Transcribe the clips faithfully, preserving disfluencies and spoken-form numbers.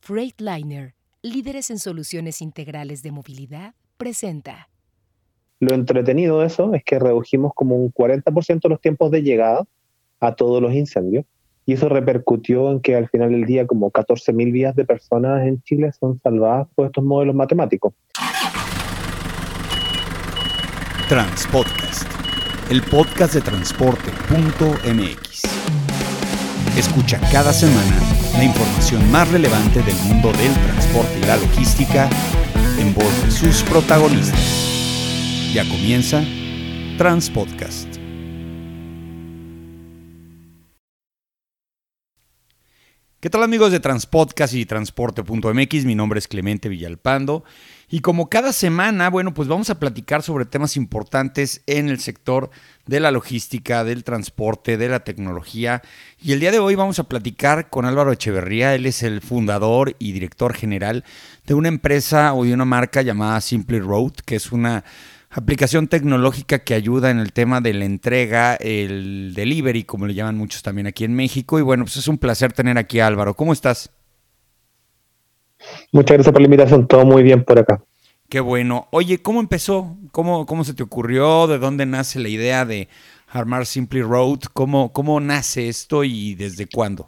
Freightliner, líderes en soluciones integrales de movilidad, presenta. Lo entretenido de eso es que redujimos como un cuarenta por ciento los tiempos de llegada a todos los incendios, y eso repercutió en que al final del día como catorce mil vidas de personas en Chile son salvadas por estos modelos matemáticos. Transpodcast, el podcast de transporte punto m x. Escucha cada semana la información más relevante del mundo del transporte y la logística en voz de sus protagonistas. Ya comienza Transpodcast. ¿Qué tal, amigos de Transpodcast y transporte punto m x? Mi nombre es Clemente Villalpando y como cada semana, bueno, pues vamos a platicar sobre temas importantes en el sector de la logística, del transporte, de la tecnología. Y el día de hoy vamos a platicar con Álvaro Echeverría. Él es el fundador y director general de una empresa o de una marca llamada Simply Road, que es una aplicación tecnológica que ayuda en el tema de la entrega, el delivery, como le llaman muchos también aquí en México. Y bueno, pues es un placer tener aquí a Álvaro. ¿Cómo estás? Muchas gracias por la invitación, todo muy bien por acá. Qué bueno. Oye, ¿cómo empezó? ¿Cómo, cómo se te ocurrió? ¿De dónde nace la idea de armar Simply Road? ¿Cómo, cómo nace esto y desde cuándo?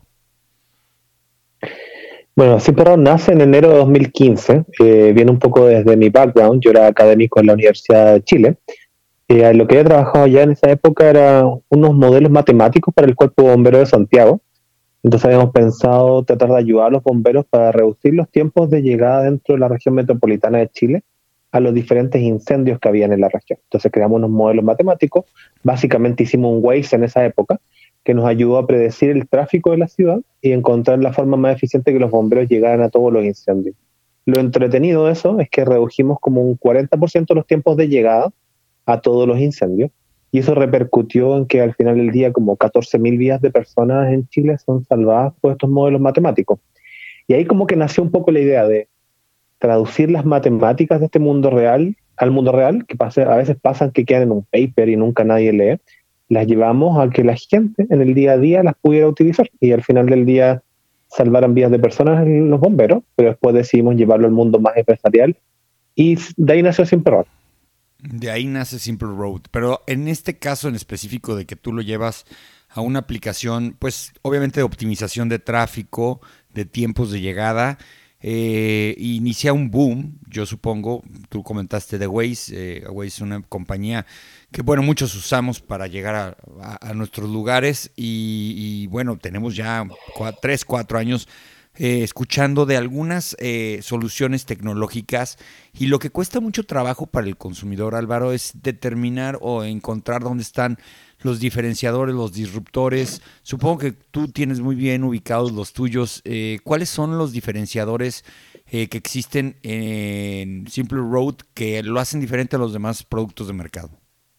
Bueno, Simply Road nace en enero de dos mil quince, eh, viene un poco desde mi background. Yo era académico en la Universidad de Chile. Eh, lo que había trabajado ya en esa época era unos modelos matemáticos para el Cuerpo Bombero de Santiago. Entonces habíamos pensado tratar de ayudar a los bomberos para reducir los tiempos de llegada dentro de la región metropolitana de Chile a los diferentes incendios que habían en la región. Entonces creamos unos modelos matemáticos, básicamente hicimos un Waze en esa época, que nos ayudó a predecir el tráfico de la ciudad y encontrar la forma más eficiente que los bomberos llegaran a todos los incendios. Lo entretenido de eso es que redujimos como un cuarenta por ciento los tiempos de llegada a todos los incendios, y eso repercutió en que al final del día como catorce mil vidas de personas en Chile son salvadas por estos modelos matemáticos. Y ahí como que nació un poco la idea de traducir las matemáticas de este mundo real al mundo real, que pase, a veces pasan que quedan en un paper y nunca nadie lee, las llevamos a que la gente en el día a día las pudiera utilizar y al final del día salvaran vidas de personas los bomberos, pero después decidimos llevarlo al mundo más empresarial y de ahí nació Simply Road. De ahí nace Simply Road, pero en este caso en específico de que tú lo llevas a una aplicación, pues obviamente de optimización de tráfico, de tiempos de llegada, eh, inicia un boom, yo supongo. Tú comentaste de Waze, eh, Waze es una compañía que bueno, muchos usamos para llegar a, a, a nuestros lugares y, y bueno, tenemos ya cuatro, tres, cuatro años Eh, escuchando de algunas eh, soluciones tecnológicas, y lo que cuesta mucho trabajo para el consumidor, Álvaro, es determinar o encontrar dónde están los diferenciadores, los disruptores. Supongo que tú tienes muy bien ubicados los tuyos. Eh, ¿Cuáles son los diferenciadores eh, que existen en Simply Road que lo hacen diferente a los demás productos de mercado?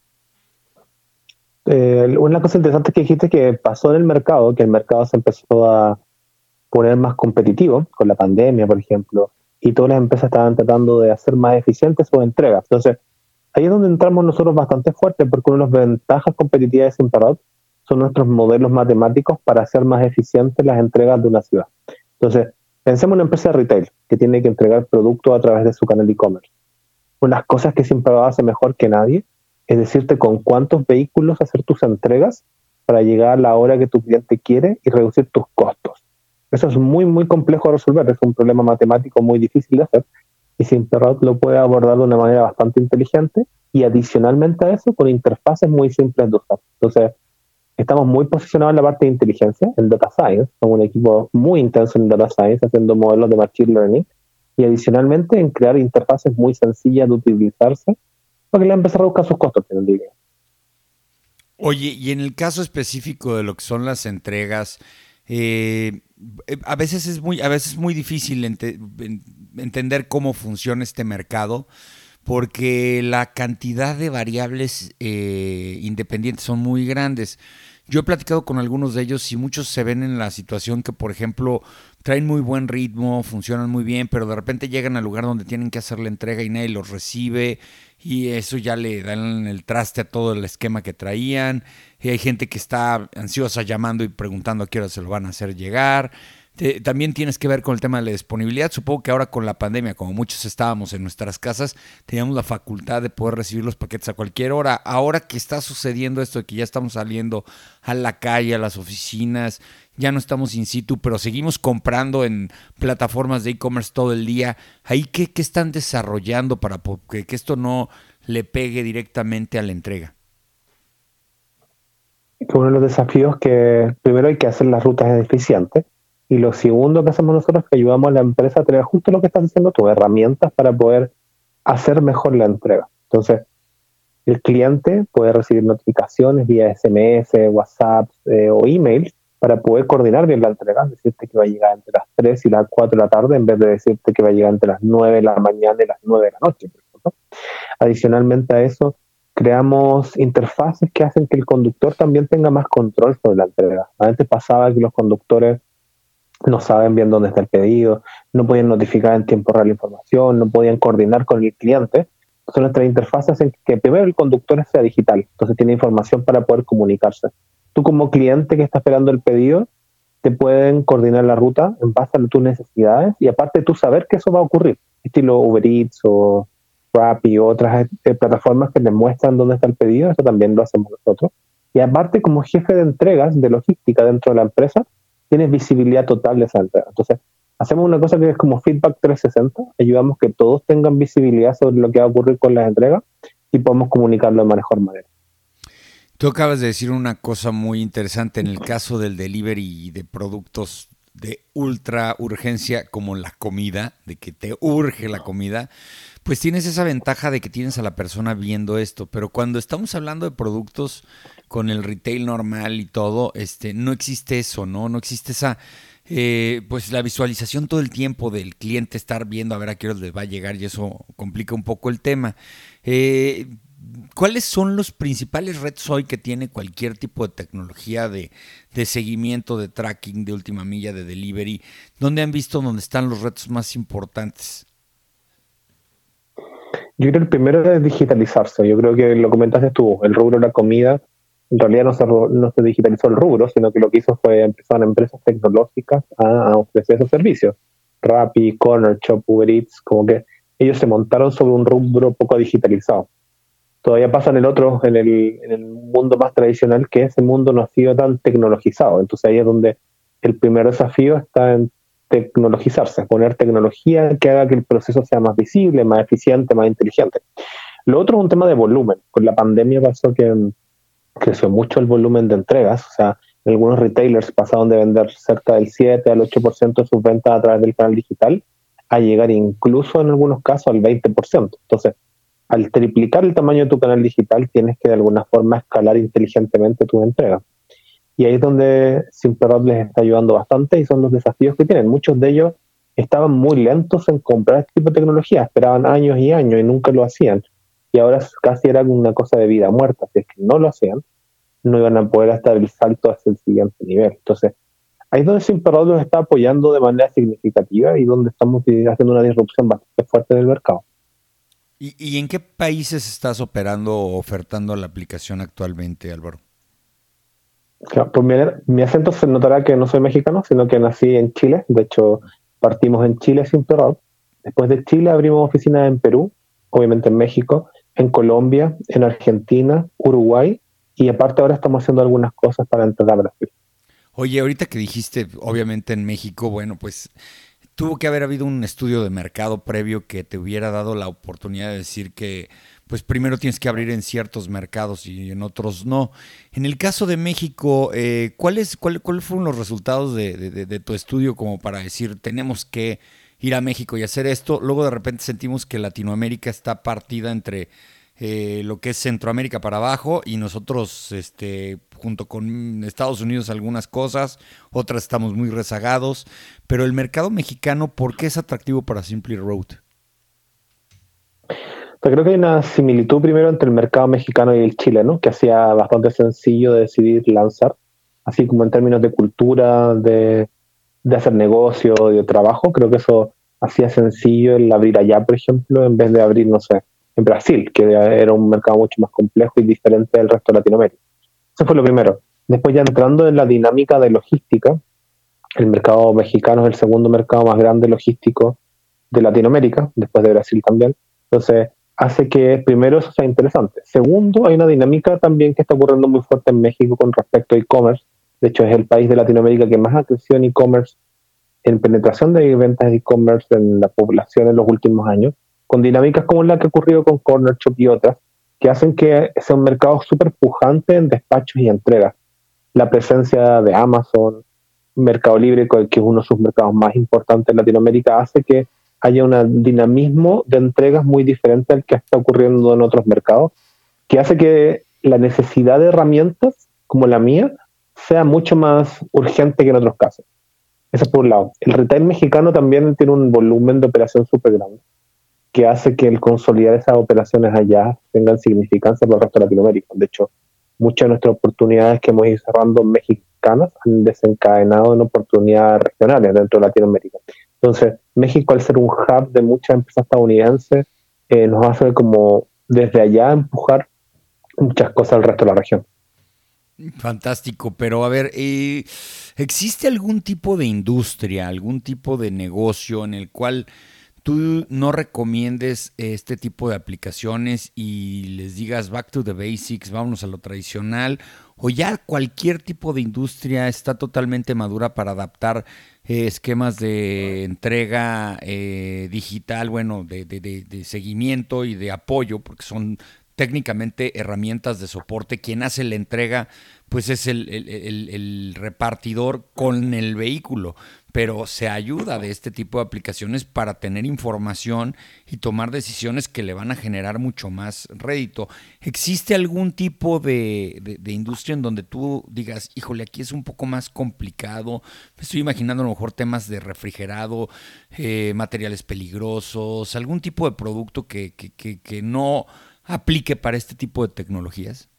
Eh, una cosa interesante que dijiste que pasó en el mercado, que el mercado se empezó a poner más competitivo con la pandemia, por ejemplo, y todas las empresas estaban tratando de hacer más eficientes sus entregas. Entonces, ahí es donde entramos nosotros bastante fuerte, porque una de las ventajas competitivas de Simply Road son nuestros modelos matemáticos para hacer más eficientes las entregas de una ciudad. Entonces, pensemos en una empresa de retail que tiene que entregar productos a través de su canal e-commerce. Una de las cosas que Simply Road hace mejor que nadie es decirte con cuántos vehículos hacer tus entregas para llegar a la hora que tu cliente quiere y reducir tus costos. Eso es muy, muy complejo de resolver, es un problema matemático muy difícil de hacer, y Simply Road lo puede abordar de una manera bastante inteligente y adicionalmente a eso con interfaces muy simples de usar. Entonces, estamos muy posicionados en la parte de inteligencia, en Data Science, somos un equipo muy intenso en Data Science, haciendo modelos de Machine Learning, y adicionalmente en crear interfaces muy sencillas de utilizarse para que la empresa reduzca sus costos en el día. Oye, y en el caso específico de lo que son las entregas, Eh, a veces es muy, a veces es muy difícil ente, entender cómo funciona este mercado, porque la cantidad de variables eh, independientes son muy grandes. Yo he platicado con algunos de ellos y muchos se ven en la situación que, por ejemplo, traen muy buen ritmo, funcionan muy bien, pero de repente llegan al lugar donde tienen que hacer la entrega y nadie los recibe, y eso ya le dan el traste a todo el esquema que traían. Y hay gente que está ansiosa llamando y preguntando a qué hora se lo van a hacer llegar. te, también tienes que ver con el tema de la disponibilidad. Supongo que ahora con la pandemia, como muchos estábamos en nuestras casas, teníamos la facultad de poder recibir los paquetes a cualquier hora. Ahora que está sucediendo esto de que ya estamos saliendo a la calle, a las oficinas, ya no estamos in situ, pero seguimos comprando en plataformas de e-commerce todo el día. ¿Ahí qué, qué están desarrollando para que, que esto no le pegue directamente a la entrega? Uno de los desafíos que primero hay que hacer las rutas eficientes, y lo segundo que hacemos nosotros es que ayudamos a la empresa a tener justo lo que estás diciendo tú, herramientas para poder hacer mejor la entrega. Entonces, el cliente puede recibir notificaciones vía S M S, WhatsApp eh, o email para poder coordinar bien la entrega, decirte que va a llegar entre las tres y las cuatro de la tarde en vez de decirte que va a llegar entre las nueve de la mañana y las nueve de la noche, por ejemplo. Adicionalmente a eso, creamos interfaces que hacen que el conductor también tenga más control sobre la entrega. Antes pasaba que los conductores no saben bien dónde está el pedido, no podían notificar en tiempo real la información, no podían coordinar con el cliente. Entonces nuestras interfaces hacen que primero el conductor sea digital, entonces tiene información para poder comunicarse. Tú como cliente que está esperando el pedido, te pueden coordinar la ruta en base a tus necesidades y aparte tú saber que eso va a ocurrir, estilo Uber Eats o Rappi y otras eh, plataformas que te muestran dónde está el pedido. Eso también lo hacemos nosotros. Y aparte, como jefe de entregas, de logística dentro de la empresa, tienes visibilidad total de esa entrega. Entonces, hacemos una cosa que es como feedback trescientos sesenta, ayudamos que todos tengan visibilidad sobre lo que va a ocurrir con las entregas y podemos comunicarlo de mejor manera. Tú acabas de decir una cosa muy interesante en el caso del delivery de productos de ultra urgencia como la comida, de que te urge la comida, pues tienes esa ventaja de que tienes a la persona viendo esto, pero cuando estamos hablando de productos con el retail normal y todo, este, no existe eso, ¿no? No existe esa, eh, pues la visualización todo el tiempo del cliente estar viendo a ver a qué hora les va a llegar y eso complica un poco el tema. Eh, ¿Cuáles son los principales retos hoy que tiene cualquier tipo de tecnología de, de seguimiento, de tracking, de última milla, de delivery? ¿Dónde han visto dónde están los retos más importantes? Yo creo que el primero es digitalizarse. Yo creo que lo comentaste tú, el rubro de la comida, en realidad no se, no se digitalizó el rubro, sino que lo que hizo fue empezar empresas tecnológicas a, a ofrecer esos servicios. Rappi, Corner Shop, Uber Eats, como que ellos se montaron sobre un rubro poco digitalizado. Todavía pasa en el otro, en el, en el mundo más tradicional, que ese mundo no ha sido tan tecnologizado. Entonces ahí es donde el primer desafío está en tecnologizarse, poner tecnología que haga que el proceso sea más visible, más eficiente, más inteligente. Lo otro es un tema de volumen. Con la pandemia pasó que creció mucho el volumen de entregas, o sea, algunos retailers pasaron de vender cerca del siete al ocho por ciento de sus ventas a través del canal digital a llegar incluso en algunos casos al veinte por ciento. Entonces, al triplicar el tamaño de tu canal digital, tienes que de alguna forma escalar inteligentemente tus entregas. Y ahí es donde SimpleRoute les está ayudando bastante y son los desafíos que tienen. Muchos de ellos estaban muy lentos en comprar este tipo de tecnología, esperaban años y años y nunca lo hacían. Y ahora casi era una cosa de vida o muerta. Si es que no lo hacían, no iban a poder dar el salto hacia el siguiente nivel. Entonces, ahí es donde SimpleRoute los está apoyando de manera significativa y donde estamos haciendo una disrupción bastante fuerte del mercado. ¿Y, y en qué países estás operando o ofertando la aplicación actualmente, Álvaro? Claro, por mi, mi acento se notará que no soy mexicano, sino que nací en Chile. De hecho, partimos en Chile SimpleRoute. Después de Chile abrimos oficinas en Perú, obviamente en México, en Colombia, en Argentina, Uruguay, y aparte ahora estamos haciendo algunas cosas para entrar a Brasil. Oye, ahorita que dijiste, obviamente en México, bueno, pues tuvo que haber habido un estudio de mercado previo que te hubiera dado la oportunidad de decir que, pues primero tienes que abrir en ciertos mercados y en otros no. En el caso de México, eh, ¿cuáles cuál, cuál fueron los resultados de, de, de tu estudio como para decir tenemos que ir a México y hacer esto? Luego de repente sentimos que Latinoamérica está partida entre eh, lo que es Centroamérica para abajo y nosotros, este, junto con Estados Unidos algunas cosas, otras estamos muy rezagados. Pero el mercado mexicano, ¿por qué es atractivo para SimpleRoute? O sea, creo que hay una similitud primero entre el mercado mexicano y el chileno, que hacía bastante sencillo de decidir lanzar, así como en términos de cultura, de, de hacer negocio, de trabajo. Creo que eso hacía sencillo el abrir allá, por ejemplo, en vez de abrir, no sé, en Brasil, que era un mercado mucho más complejo y diferente del resto de Latinoamérica. Eso fue lo primero. Después ya entrando en la dinámica de logística, El mercado mexicano es el segundo mercado más grande logístico de Latinoamérica, después de Brasil también. Entonces, hace que primero eso sea interesante. Segundo, hay una dinámica también que está ocurriendo muy fuerte en México con respecto a e-commerce. De hecho, es el país de Latinoamérica que más ha crecido en e-commerce, en penetración de ventas de e-commerce en la población en los últimos años, con dinámicas como la que ha ocurrido con Corner Shop y otras, que hacen que sea un mercado súper pujante en despachos y entregas. La presencia de Amazon, Mercado Libre, que es uno de sus mercados más importantes en Latinoamérica, hace que haya un dinamismo de entregas muy diferente al que está ocurriendo en otros mercados, que hace que la necesidad de herramientas como la mía sea mucho más urgente que en otros casos. Eso por un lado. El retail mexicano también tiene un volumen de operación súper grande, que hace que el consolidar esas operaciones allá tengan significancia para el resto de Latinoamérica. De hecho, muchas de nuestras oportunidades que hemos ido cerrando mexicanas han desencadenado en oportunidades regionales dentro de Latinoamérica. Entonces, México, al ser un hub de muchas empresas estadounidenses, eh, nos hace como desde allá empujar muchas cosas al resto de la región. Fantástico, pero a ver, eh, ¿existe algún tipo de industria, algún tipo de negocio en el cual tú no recomiendes este tipo de aplicaciones y les digas back to the basics, vámonos a lo tradicional, o ya cualquier tipo de industria está totalmente madura para adaptar eh, esquemas de entrega eh, digital, bueno, de, de, de, de seguimiento y de apoyo, porque son técnicamente herramientas de soporte? Quien hace la entrega pues es el, el, el, el repartidor con el vehículo, pero se ayuda de este tipo de aplicaciones para tener información y tomar decisiones que le van a generar mucho más rédito. ¿Existe algún tipo de, de, de industria en donde tú digas, híjole, aquí es un poco más complicado? Me estoy imaginando a lo mejor temas de refrigerado, eh, materiales peligrosos, algún tipo de producto que, que, que, que no aplique para este tipo de tecnologías.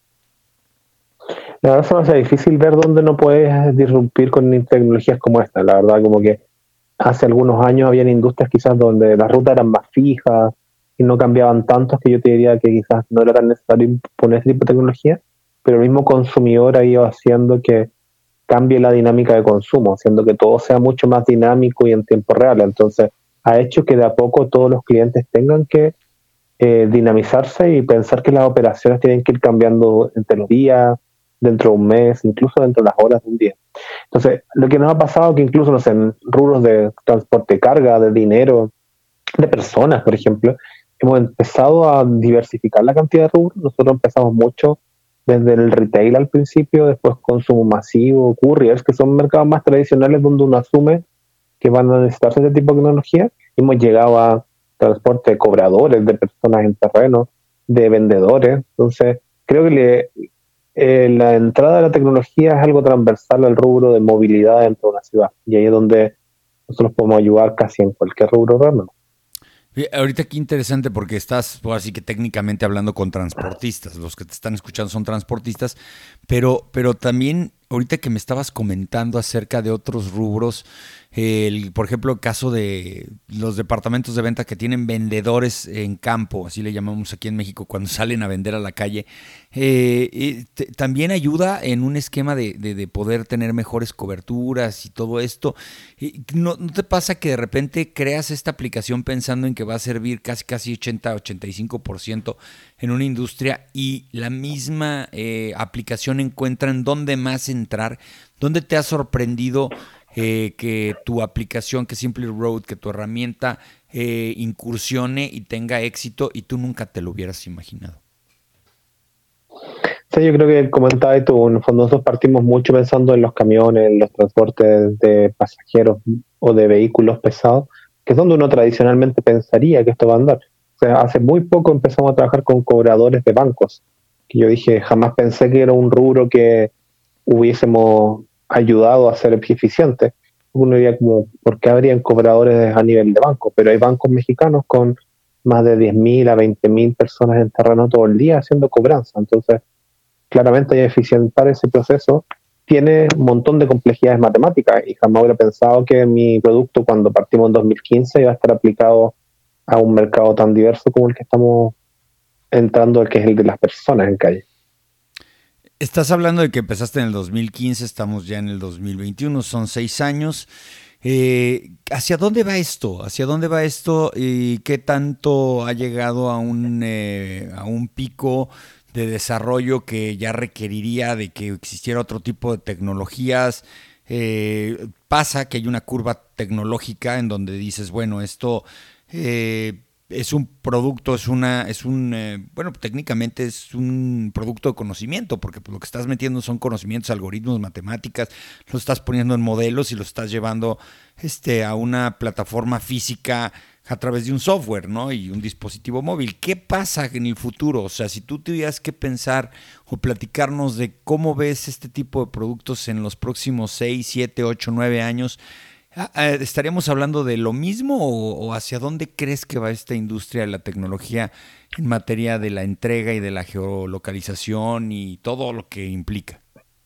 La verdad se me hace difícil ver dónde no puedes disrumpir con tecnologías como esta. La verdad, como que hace algunos años habían industrias quizás donde las rutas eran más fijas y no cambiaban tanto, que yo te diría que quizás no era tan necesario poner ese tipo de tecnología, pero el mismo consumidor ha ido haciendo que cambie la dinámica de consumo, haciendo que todo sea mucho más dinámico y en tiempo real. Entonces, ha hecho que de a poco todos los clientes tengan que eh, dinamizarse y pensar que las operaciones tienen que ir cambiando entre los días, dentro de un mes, incluso dentro de las horas de un día. Entonces, lo que nos ha pasado es que incluso no sé, en rubros de transporte de carga, de dinero, de personas, por ejemplo, hemos empezado a diversificar la cantidad de rubros. Nosotros empezamos mucho desde el retail al principio, después consumo masivo, couriers, que son mercados más tradicionales donde uno asume que van a necesitarse este tipo de tecnología. Hemos llegado a transporte de cobradores, de personas en terreno, de vendedores. Entonces, creo que le, eh, la entrada de la tecnología es algo transversal al rubro de movilidad dentro de una ciudad. Y ahí es donde nosotros podemos ayudar casi en cualquier rubro realmente. Ahorita qué interesante porque estás, pues, así que técnicamente hablando con transportistas, los que te están escuchando son transportistas, pero, pero también ahorita que me estabas comentando acerca de otros rubros, el, por ejemplo, el caso de los departamentos de venta que tienen vendedores en campo, así le llamamos aquí en México, cuando salen a vender a la calle, eh, eh, te, también ayuda en un esquema de, de, de poder tener mejores coberturas y todo esto. ¿No, ¿No te pasa que de repente creas esta aplicación pensando en que va a servir casi casi ochenta a ochenta y cinco por ciento en una industria y la misma eh, aplicación encuentra en dónde más entrar? ¿Dónde te ha sorprendido eh, que tu aplicación, que Simply Road, que tu herramienta eh, incursione y tenga éxito y tú nunca te lo hubieras imaginado? Sí, yo creo que comentaba tú, en el fondo nosotros partimos mucho pensando en los camiones, en los transportes de pasajeros o de vehículos pesados, que es donde uno tradicionalmente pensaría que esto va a andar. O sea, hace muy poco empezamos a trabajar con cobradores de bancos, que yo dije, jamás pensé que era un rubro que hubiésemos ayudado a ser eficiente. Uno diría como, ¿por qué habrían cobradores a nivel de banco? Pero hay bancos mexicanos con más de diez mil a veinte mil personas en terreno todo el día haciendo cobranza. Entonces, claramente hay que eficientar ese proceso. Tiene un montón de complejidades matemáticas y jamás hubiera pensado que mi producto cuando partimos en dos mil quince iba a estar aplicado a un mercado tan diverso como el que estamos entrando, que es el de las personas en calle. Estás hablando de que empezaste en el dos mil quince, estamos ya en el dos mil veintiuno, son seis años. Eh, ¿hacia dónde va esto? ¿Hacia dónde va esto? ¿Y qué tanto ha llegado a un, eh, a un pico de desarrollo que ya requeriría de que existiera otro tipo de tecnologías? Eh, pasa que hay una curva tecnológica en donde dices, bueno, esto eh, es un producto, es una, es un, eh, bueno, técnicamente es un producto de conocimiento, porque pues, lo que estás metiendo son conocimientos, algoritmos, matemáticas, lo estás poniendo en modelos y lo estás llevando este, a una plataforma física a través de un software, ¿no? Y un dispositivo móvil. ¿Qué pasa en el futuro? O sea, si tú tuvieras que pensar o platicarnos de cómo ves este tipo de productos en los próximos seis, siete, ocho, nueve años, ¿estaríamos hablando de lo mismo o, o hacia dónde crees que va esta industria de la tecnología en materia de la entrega y de la geolocalización y todo lo que implica?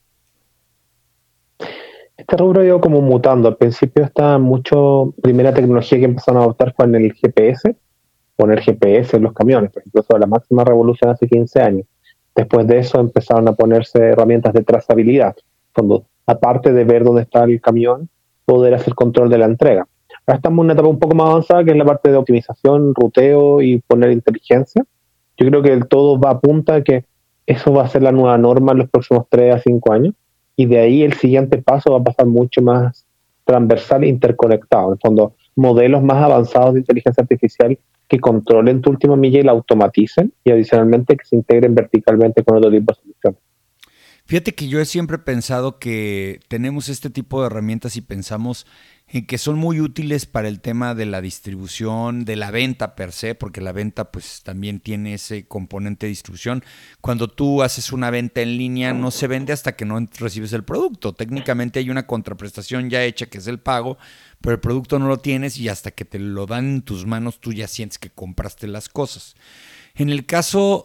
Este rubro ha ido como mutando. Al principio estaba mucho, primera tecnología que empezaron a adoptar fue en el G P S, poner G P S en los camiones, por ejemplo, eso era la máxima revolución hace quince años. Después de eso empezaron a ponerse herramientas de trazabilidad, cuando aparte de ver dónde está el camión, poder hacer control de la entrega. Ahora estamos en una etapa un poco más avanzada, que es la parte de optimización, ruteo y poner inteligencia. Yo creo que el todo va a apunta a que eso va a ser la nueva norma en los próximos tres a cinco años, y de ahí el siguiente paso va a pasar mucho más transversal e interconectado. En el fondo, modelos más avanzados de inteligencia artificial que controlen tu última milla y la automaticen, y adicionalmente que se integren verticalmente con otro tipo de soluciones. Fíjate que yo he siempre pensado que tenemos este tipo de herramientas y pensamos en que son muy útiles para el tema de la distribución, de la venta per se, porque la venta pues también tiene ese componente de distribución. Cuando tú haces una venta en línea no se vende hasta que no recibes el producto. Técnicamente hay una contraprestación ya hecha que es el pago, pero el producto no lo tienes y hasta que te lo dan en tus manos tú ya sientes que compraste las cosas. En el caso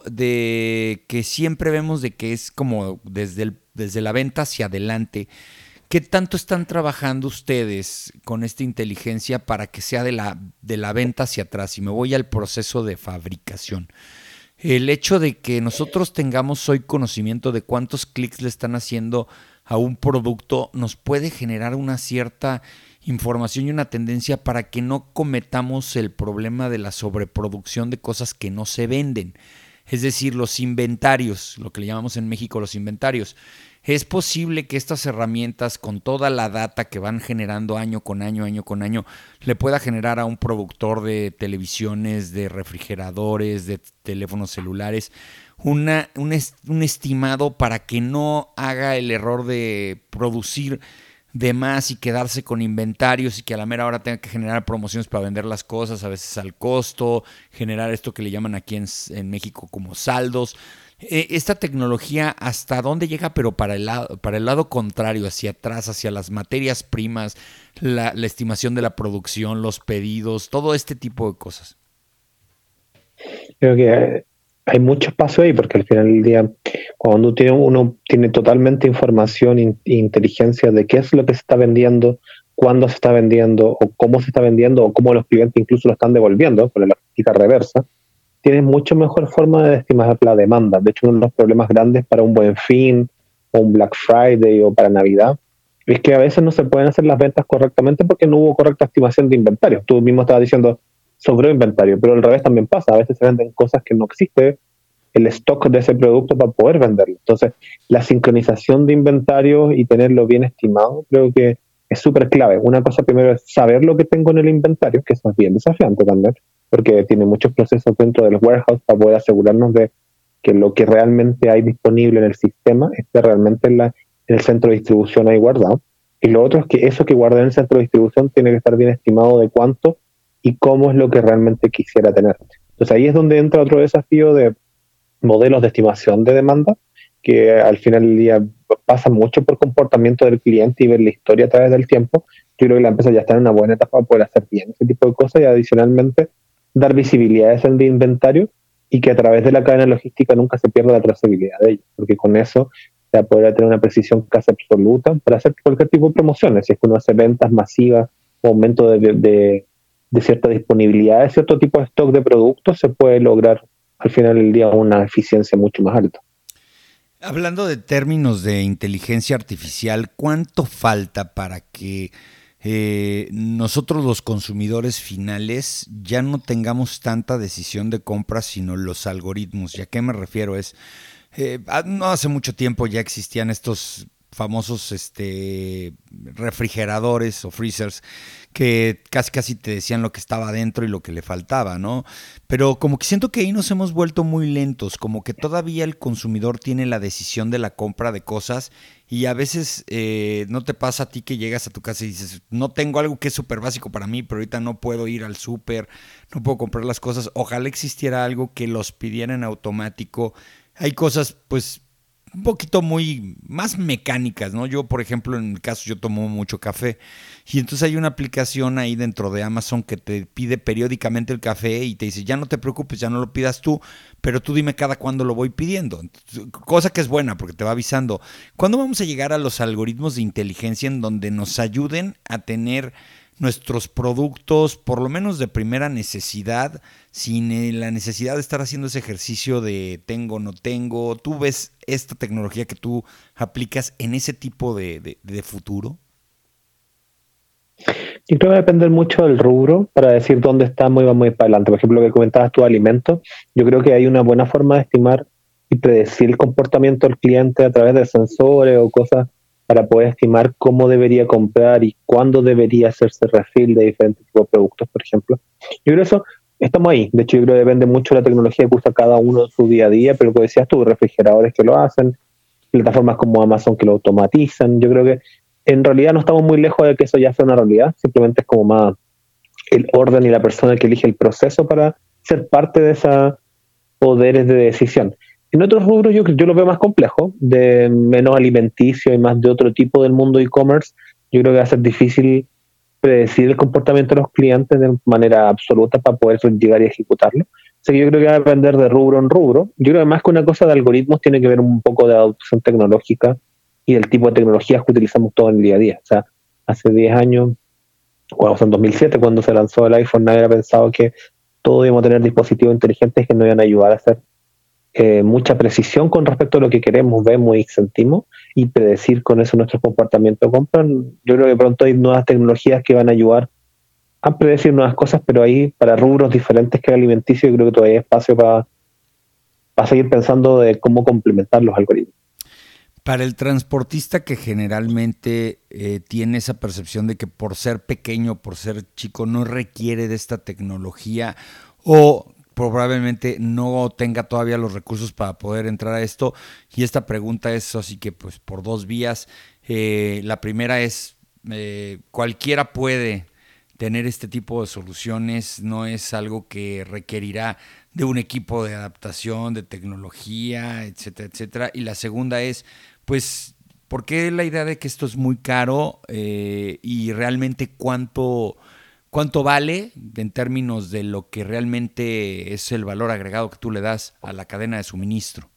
de que siempre vemos de que es como desde, el, desde la venta hacia adelante, ¿qué tanto están trabajando ustedes con esta inteligencia para que sea de la, de la venta hacia atrás? Y me voy al proceso de fabricación. El hecho de que nosotros tengamos hoy conocimiento de cuántos clics le están haciendo a un producto nos puede generar una cierta información y una tendencia para que no cometamos el problema de la sobreproducción de cosas que no se venden. Es decir, los inventarios, lo que le llamamos en México los inventarios. Es posible que estas herramientas, con toda la data que van generando año con año, año con año, le pueda generar a un productor de televisiones, de refrigeradores, de teléfonos celulares, una, un, est- un estimado para que no haga el error de producir de más y quedarse con inventarios y que a la mera hora tenga que generar promociones para vender las cosas, a veces al costo, generar esto que le llaman aquí en, en México como saldos. Eh, esta tecnología, ¿hasta dónde llega? Pero para el lado, para el lado contrario, hacia atrás, hacia las materias primas, la, la estimación de la producción, los pedidos, todo este tipo de cosas. Creo que hay mucho espacio ahí, porque al final del día, cuando uno tiene, uno tiene totalmente información e inteligencia de qué es lo que se está vendiendo, cuándo se está vendiendo, o cómo se está vendiendo, o cómo los clientes incluso lo están devolviendo, por la lógica reversa, tienes mucho mejor forma de estimar la demanda. De hecho, uno de los problemas grandes para un Buen Fin, o un Black Friday, o para Navidad, es que a veces no se pueden hacer las ventas correctamente porque no hubo correcta estimación de inventario. Tú mismo estabas diciendo sobre inventario, pero al revés también pasa. A veces se venden cosas que no existe el stock de ese producto para poder venderlo. Entonces, la sincronización de inventarios y tenerlo bien estimado creo que es súper clave. Una cosa primero es saber lo que tengo en el inventario, que eso es bien desafiante también, porque tiene muchos procesos dentro del warehouse para poder asegurarnos de que lo que realmente hay disponible en el sistema esté realmente en, la, en el centro de distribución ahí guardado. Y lo otro es que eso que guardé en el centro de distribución tiene que estar bien estimado de cuánto y cómo es lo que realmente quisiera tener. Entonces ahí es donde entra otro desafío de modelos de estimación de demanda, que al final del día pasa mucho por comportamiento del cliente y ver la historia a través del tiempo. Yo creo que la empresa ya está en una buena etapa para poder hacer bien ese tipo de cosas y adicionalmente dar visibilidad a ese inventario y que a través de la cadena logística nunca se pierda la trazabilidad de ellos, porque con eso se va a poder tener una precisión casi absoluta para hacer cualquier tipo de promociones. Si es que uno hace ventas masivas o aumento de, de, de cierta disponibilidad de cierto tipo de stock de productos, se puede lograr al final del día una eficiencia mucho más alta. Hablando de términos de inteligencia artificial, ¿cuánto falta para que eh, nosotros los consumidores finales ya no tengamos tanta decisión de compra, sino los algoritmos? ¿Y a qué me refiero? Es, eh, no hace mucho tiempo ya existían estos famosos este, refrigeradores o freezers que casi casi te decían lo que estaba adentro y lo que le faltaba, ¿no? Pero como que siento que ahí nos hemos vuelto muy lentos, como que todavía el consumidor tiene la decisión de la compra de cosas y a veces eh, no te pasa a ti que llegas a tu casa y dices, no tengo algo que es súper básico para mí, pero ahorita no puedo ir al súper, no puedo comprar las cosas. Ojalá existiera algo que los pidiera en automático. Hay cosas, pues, un poquito muy más mecánicas, ¿no? Yo, por ejemplo, en mi caso, yo tomo mucho café y entonces hay una aplicación ahí dentro de Amazon que te pide periódicamente el café y te dice, ya no te preocupes, ya no lo pidas tú, pero tú dime cada cuándo lo voy pidiendo. Cosa que es buena porque te va avisando. ¿Cuándo vamos a llegar a los algoritmos de inteligencia en donde nos ayuden a tener nuestros productos, por lo menos de primera necesidad, sin la necesidad de estar haciendo ese ejercicio de tengo, no tengo? ¿Tú ves esta tecnología que tú aplicas en ese tipo de, de, de futuro? Yo creo que va a depender mucho del rubro para decir dónde estamos y vamos a ir para adelante. Por ejemplo, lo que comentabas tú, alimentos. Yo creo que hay una buena forma de estimar y predecir el comportamiento del cliente a través de sensores o cosas para poder estimar cómo debería comprar y cuándo debería hacerse refill de diferentes tipos de productos, por ejemplo. Yo creo que eso, estamos ahí. De hecho, yo creo que depende mucho de la tecnología que usa cada uno en su día a día, pero como decías tú, refrigeradores que lo hacen, plataformas como Amazon que lo automatizan. Yo creo que en realidad no estamos muy lejos de que eso ya sea una realidad, simplemente es como más el orden y la persona que elige el proceso para ser parte de esos poderes de decisión. En otros rubros yo, yo lo veo más complejo, de menos alimenticio y más de otro tipo del mundo e-commerce. Yo creo que va a ser difícil predecir el comportamiento de los clientes de manera absoluta para poder llegar y ejecutarlo. Así que yo creo que va a depender de rubro en rubro. Yo creo que más que una cosa de algoritmos tiene que ver un poco de adopción tecnológica y del tipo de tecnologías que utilizamos todo en el día a día. O sea, hace diez años, o en dos mil siete, cuando se lanzó el iPhone, nadie había pensado que todos íbamos a tener dispositivos inteligentes que nos iban a ayudar a hacer eh, mucha precisión con respecto a lo que queremos, vemos y sentimos, y predecir con eso nuestro comportamiento de compra. Yo creo que pronto hay nuevas tecnologías que van a ayudar a predecir nuevas cosas, pero ahí para rubros diferentes que el alimenticio, yo creo que todavía hay espacio para, para seguir pensando de cómo complementar los algoritmos. Para el transportista que generalmente eh, tiene esa percepción de que por ser pequeño, por ser chico, no requiere de esta tecnología o probablemente no tenga todavía los recursos para poder entrar a esto, y esta pregunta es así que pues por dos vías. Eh, la primera es, eh, cualquiera puede tener este tipo de soluciones, no es algo que requerirá de un equipo de adaptación, de tecnología, etcétera, etcétera. Y la segunda es, pues, ¿por qué la idea de que esto es muy caro eh, y realmente cuánto, cuánto vale en términos de lo que realmente es el valor agregado que tú le das a la cadena de suministro?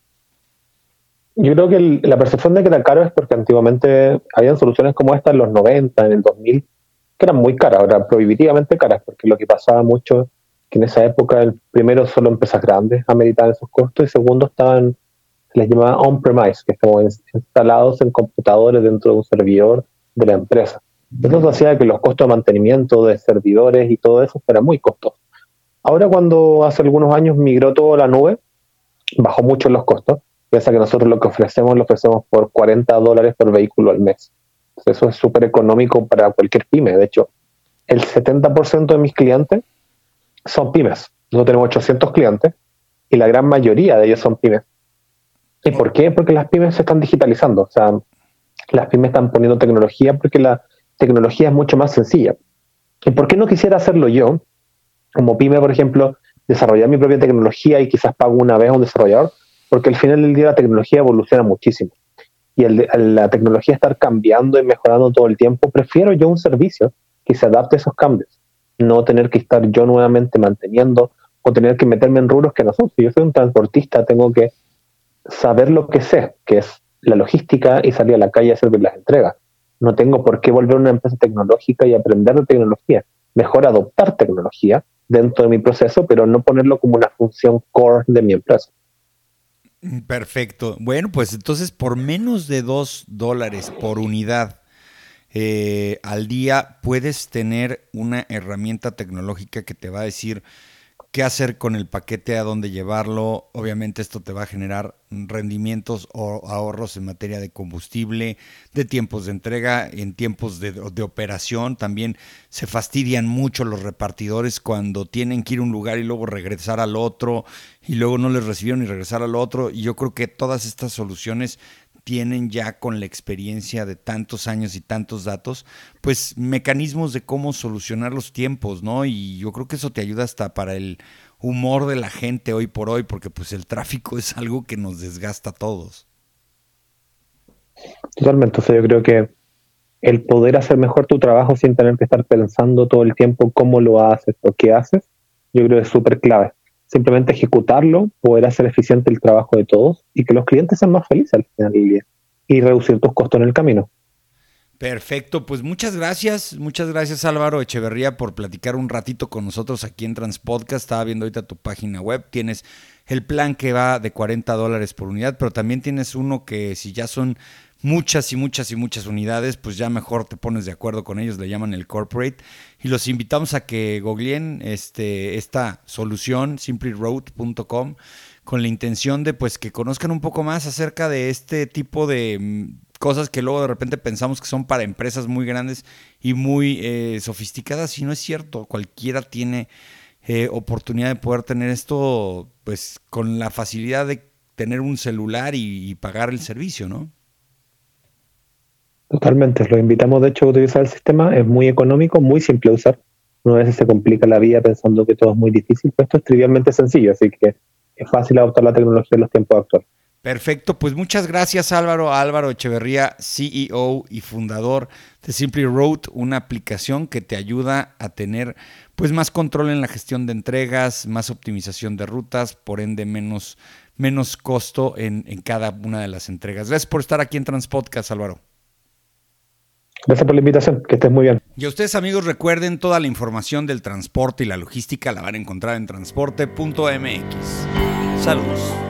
Yo creo que el, la percepción de que era caro es porque antiguamente habían soluciones como esta en los noventa, en el dos mil, que eran muy caras, eran prohibitivamente caras, porque lo que pasaba mucho que en esa época, el primero, solo empresas grandes ameritaban esos costos, y segundo, estaban, se les llamaba on-premise, que es como instalados en computadores dentro de un servidor de la empresa. Eso hacía que los costos de mantenimiento de servidores y todo eso fuera muy costoso. Ahora, cuando hace algunos años migró todo a la nube, bajó mucho los costos. Piensa que nosotros lo que ofrecemos, lo ofrecemos por cuarenta dólares por vehículo al mes. Entonces, eso es súper económico para cualquier pyme. De hecho, el setenta por ciento de mis clientes son pymes. Nosotros tenemos ochocientos clientes y la gran mayoría de ellos son pymes. ¿Y por qué? Porque las pymes se están digitalizando. O sea, las pymes están poniendo tecnología porque la tecnología es mucho más sencilla. ¿Y por qué no quisiera hacerlo yo? Como pyme, por ejemplo, desarrollar mi propia tecnología y quizás pago una vez a un desarrollador, porque al final del día la tecnología evoluciona muchísimo. Y el, la tecnología estar cambiando y mejorando todo el tiempo, prefiero yo un servicio que se adapte a esos cambios. No tener que estar yo nuevamente manteniendo o tener que meterme en rubros que no son. Si yo soy un transportista, tengo que saber lo que sé, que es la logística, y salir a la calle a hacer las entregas. No tengo por qué volver a una empresa tecnológica y aprender de tecnología. Mejor adoptar tecnología dentro de mi proceso, pero no ponerlo como una función core de mi empresa. Perfecto. Bueno, pues entonces por menos de dos dólares por unidad eh, al día puedes tener una herramienta tecnológica que te va a decir qué hacer con el paquete, a dónde llevarlo. Obviamente esto te va a generar rendimientos o ahorros en materia de combustible, de tiempos de entrega, en tiempos de, de operación. También se fastidian mucho los repartidores cuando tienen que ir a un lugar y luego regresar al otro, y luego no les recibieron y regresar al otro. Y yo creo que todas estas soluciones tienen ya, con la experiencia de tantos años y tantos datos, pues mecanismos de cómo solucionar los tiempos, ¿no? Y yo creo que eso te ayuda hasta para el humor de la gente hoy por hoy, porque pues el tráfico es algo que nos desgasta a todos. Totalmente, o sea, yo creo que el poder hacer mejor tu trabajo sin tener que estar pensando todo el tiempo cómo lo haces o qué haces, yo creo que es súper clave. Simplemente ejecutarlo, poder hacer eficiente el trabajo de todos y que los clientes sean más felices al final del día y reducir tus costos en el camino. Perfecto, pues muchas gracias, muchas gracias Álvaro Echeverría por platicar un ratito con nosotros aquí en Transpodcast. Estaba viendo ahorita tu página web, tienes el plan que va de cuarenta dólares por unidad, pero también tienes uno que si ya son muchas y muchas y muchas unidades, pues ya mejor te pones de acuerdo con ellos, le llaman el corporate, y los invitamos a que googleen este, esta solución, simply road punto com, con la intención de pues que conozcan un poco más acerca de este tipo de mm, cosas que luego de repente pensamos que son para empresas muy grandes y muy eh, sofisticadas, y no es cierto. Cualquiera tiene eh, oportunidad de poder tener esto pues con la facilidad de tener un celular y, y pagar el servicio, ¿no? Totalmente, los invitamos de hecho a utilizar el sistema, es muy económico, muy simple de usar. Una vez se complica la vida pensando que todo es muy difícil, pero esto es trivialmente sencillo, así que es fácil adoptar la tecnología en los tiempos actuales. Perfecto, pues muchas gracias Álvaro, Álvaro Echeverría, C E O y fundador de Simply Road, una aplicación que te ayuda a tener pues más control en la gestión de entregas, más optimización de rutas, por ende menos, menos costo en, en cada una de las entregas. Gracias por estar aquí en Transpodcast, Álvaro. Gracias por la invitación, que estés muy bien. Y a ustedes amigos recuerden, toda la información del transporte y la logística la van a encontrar en transporte punto m x. Saludos.